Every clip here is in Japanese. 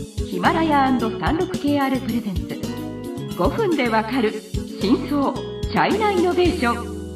ヒマラヤ &36KR プレゼンツ5分でわかる真相チャイナイノベーション。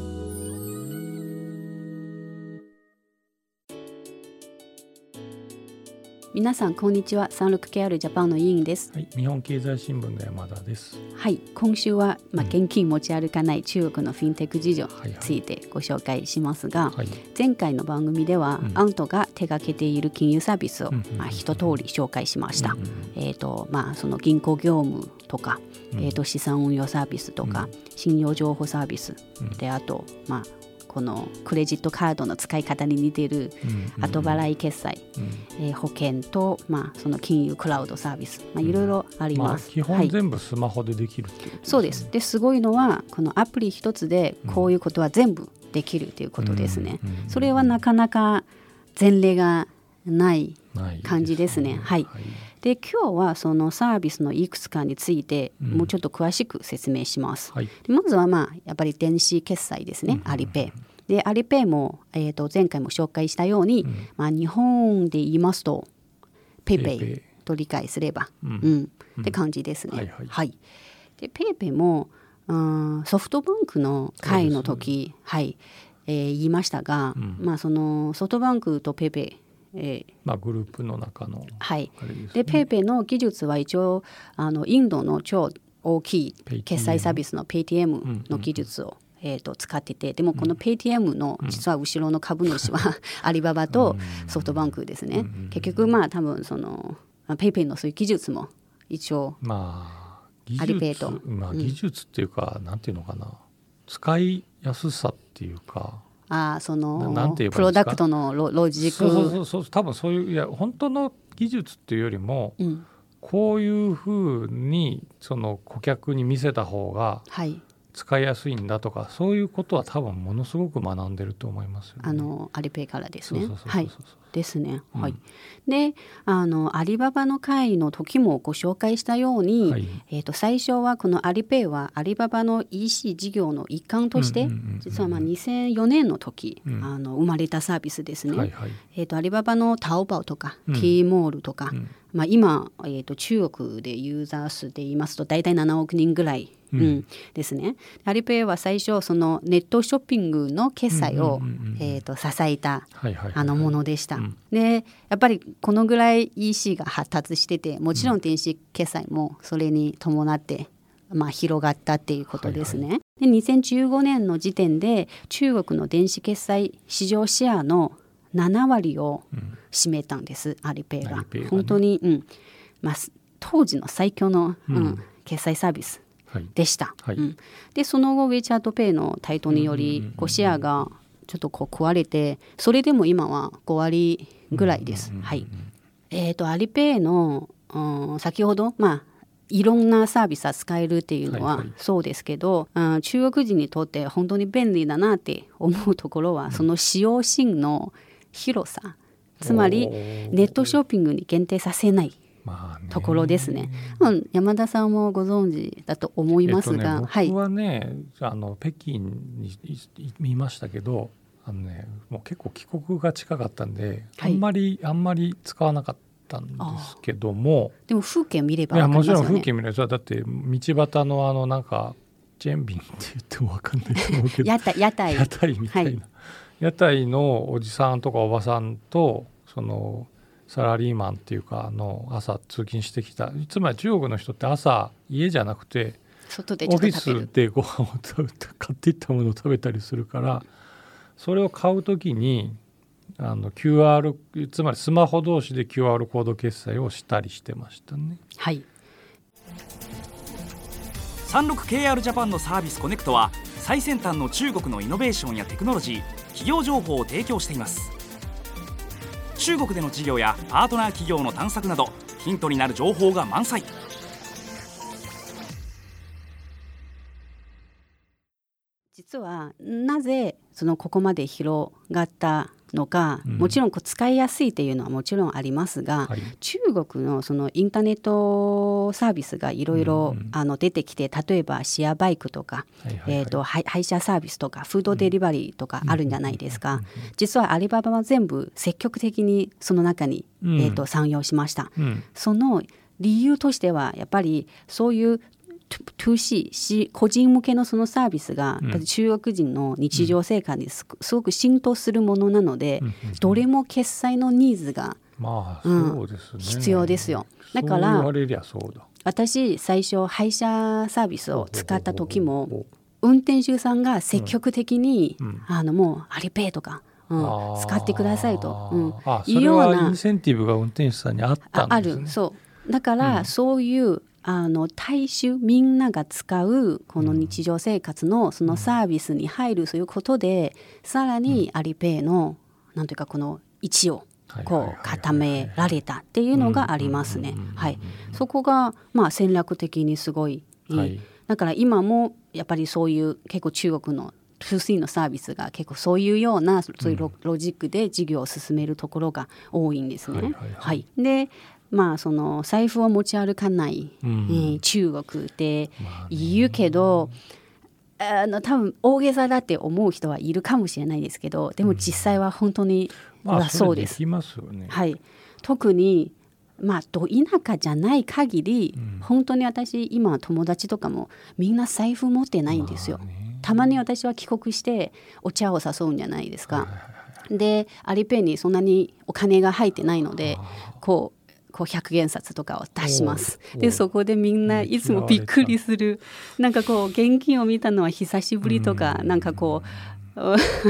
皆さんこんにちは。 36KR ジャパンの委員です。 はい、日本経済新聞の山田です。 はい、今週は、現金持ち歩かない中国のフィンテック事情についてご紹介しますが、前回の番組では、アントが手掛けている金融サービスを、一通り紹介しました。その銀行業務とか、資産運用サービスとか、信用情報サービス、であとこのクレジットカードの使い方に似ている後払い決済、保険と、その金融クラウドサービス、いろいろあります。 基本全部スマホでできるっていうことですね。 そうです。で、すごいのはこのアプリ一つでこういうことは全部できるということですね。それはなかなか前例がない感じですね。で、今日はそのサービスのいくつかについてもうちょっと詳しく説明します。で、まずはやっぱり電子決済ですね、アリペイ。で、アリペイも、前回も紹介したように、日本で言いますとペイペイと理解すれば、って感じですね。で、ペイペイもソフトバンクの会の時、言いましたが、そのソフトバンクとペイペイグループの中の、 で、ペイペイの技術は一応インドの超大きい決済サービスの PayTM の技術を、使ってて、でもこの PayTM の実は後ろの株主はアリババとソフトバンクですね。結局多分そのペイペイのそういう技術も一応アリペイと、 技術っていうか、なんていうのかな、使いやすさっていうか、 そのプロダクトのロジック、 そう多分そういう、いや本当の技術っていうよりも、こういうふうにその顧客に見せた方が使いやすいんだとか、そういうことは多分ものすごく学んでると思いますよね。 アリペイからですね。ですね。で、アリババの会の時もご紹介したように、最初はこのアリペイはアリババの EC 事業の一環として、実は2004年の時、生まれたサービスですね。アリババのタオバオとか、T モールとか、今、中国でユーザー数で言いますと大体7億人ぐらい、ですね。アリペイは最初そのネットショッピングの決済を、支えたものでした。で、やっぱりこのぐらい EC が発達してて、もちろん電子決済もそれに伴って、広がったっていうことですね。で、2015年の時点で中国の電子決済市場シェアの7割を占めたんです、アリペイが。本当に、当時の最強の、決済サービスでした。で、その後 WeChat Pay の台頭により、シェアがちょっと食われて、それでも今は5割ぐらいです。アリペイの、先ほどいろんなサービスは使えるっていうのはそうですけど、中国人にとって本当に便利だなって思うところは、その使用シーンの広さ、つまりネットショッピングに限定させないところですね。山田さんもご存知だと思いますが、 僕はね、北京にいましたけど、もう結構帰国が近かったんで、あんまり使わなかったんですけども、 でも風景見れば分かりますよね。 もちろん風景見れば、だって道端のなんかチェンビンって言っても分かんないと思うけど屋台みたいな、屋台のおじさんとかおばさんとそのサラリーマンっていうか朝通勤してきた、つまり中国の人って朝家じゃなくて外でちょっと食べる、 オフィスでご飯を買っていったものを食べたりするから、それを買うときにQR、つまりスマホ同士で QR コード決済をしたりしてましたね。 36KR ジャパンのサービスコネクトは、最先端の中国のイノベーションやテクノロジー、企業情報を提供しています。中国での事業やパートナー企業の探索など、ヒントになる情報が満載。 実はなぜここまで広がったのが、もちろん使いやすいっていうのはもちろんありますが、中国のそのインターネットサービスがいろいろ出てきて、例えばシェアバイクとか、配車サービスとかフードデリバリーとかあるんじゃないですか。実はアリババは全部積極的にその中に、参用しました。その理由としてはやっぱりそういう2C 個人向けのそのサービスが、中国人の日常生活にすごく浸透するものなので、どれも決済のニーズが、そうですね、必要ですよ。だから私最初配車サービスを使った時も運転手さんが積極的に、もうアリペイとか、使ってくださいと、 それはインセンティブが運転手さんにあったんですね。 ある。そうだから、そういう大衆みんなが使うこの日常生活のそのサービスに入るということで、さらにアリペイのなんていうかこの位置をこう固められたっていうのがありますね。そこが戦略的にすごいいい。だから今もやっぱりそういう結構中国の 2C のサービスが結構そういうようなそういうロジックで事業を進めるところが多いんですね。でその財布を持ち歩かない、中国って言うけど、多分大げさだって思う人はいるかもしれないですけど、でも実際は本当にそうです。 それできますよね。 特にど田舎じゃない限り、本当に私今友達とかもみんな財布持ってないんですよ。たまに私は帰国してお茶を誘うんじゃないですか。でアリペイにそんなにお金が入ってないので、こう100元札とかを出します。でそこでみんないつもびっくりする、なんかこう現金を見たのは久しぶりとか、なんかこう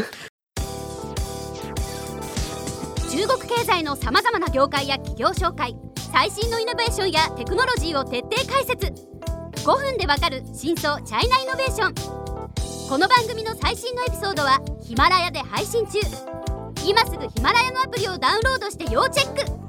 中国経済のさまざまな業界や企業紹介、最新のイノベーションやテクノロジーを徹底解説。5分でわかる真相チャイナイノベーション。この番組の最新のエピソードはヒマラヤで配信中。今すぐヒマラヤのアプリをダウンロードして要チェック。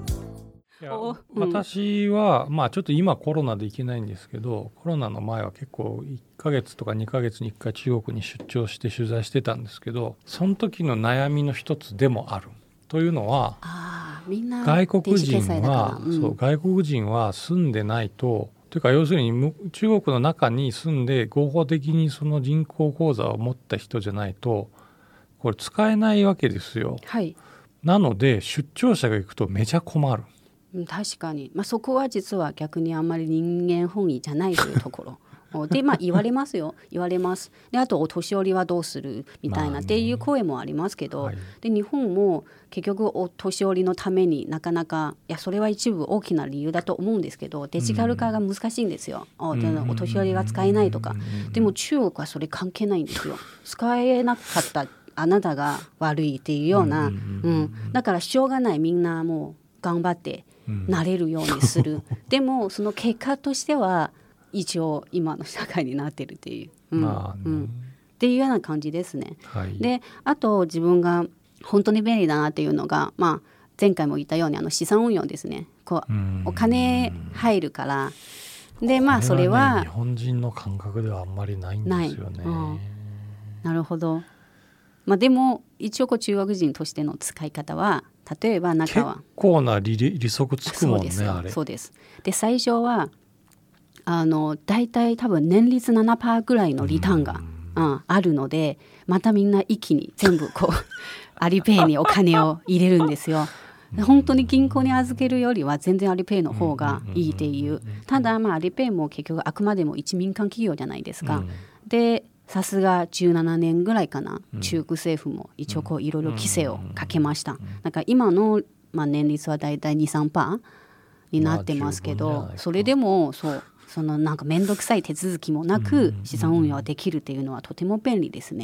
私はちょっと今コロナで行けないんですけど、コロナの前は結構1ヶ月とか2ヶ月に1回中国に出張して取材してたんですけど、その時の悩みの一つでもあるというのは、外国人は住んでないというか、要するに中国の中に住んで合法的にその銀行口座を持った人じゃないとこれ使えないわけですよ。なので出張者が行くとめちゃ困る。 確かに、そこは実は逆にあんまり人間本位じゃないというところで言われますよ。言われます。であとお年寄りはどうするみたいなっていう声もありますけど、で日本も結局お年寄りのためになかなか、それは一部大きな理由だと思うんですけど、デジタル化が難しいんですよ。お年寄りが使えないとか。でも中国はそれ関係ないんですよ。使えなかったあなたが悪いっていうような、だからしょうがない、みんなもう頑張ってなれるようにする。でもその結果としては一応今の社会になってるっていう、っていうような感じですね。であと自分が本当に便利だなっていうのが、前回も言ったように資産運用ですね。お金入るから、でそれは日本人の感覚ではあんまりないんですよね。 なるほど。でも一応中国人としての使い方は、例えば中は結構な利息つくもんね。あれそうです。で最初はだいたい多分年率 7% ぐらいのリターンが、あるので、またみんな一気に全部アリペイにお金を入れるんですよ。本当に銀行に預けるよりは全然アリペイの方がいいっていう。ただアリペイも結局あくまでも一民間企業じゃないですか。でさすが17年ぐらいかな、中国政府も一応いろいろ規制をかけました。だから今の、年率はだいたい 2-3% になってますけど、それでもそのなんか面倒くさい手続きもなく資産運用ができるっていうのはとても便利ですね。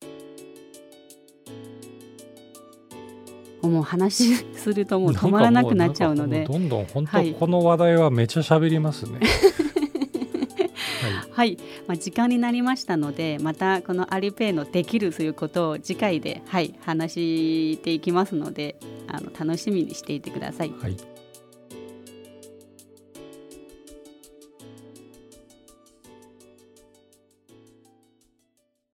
もう話するともう止まらなくなっちゃうので、 どんどん本当この話題はめちゃ喋りますね。 時間になりましたので、またこのアリペイのできるということを次回で、話していきますので、楽しみにしていてください。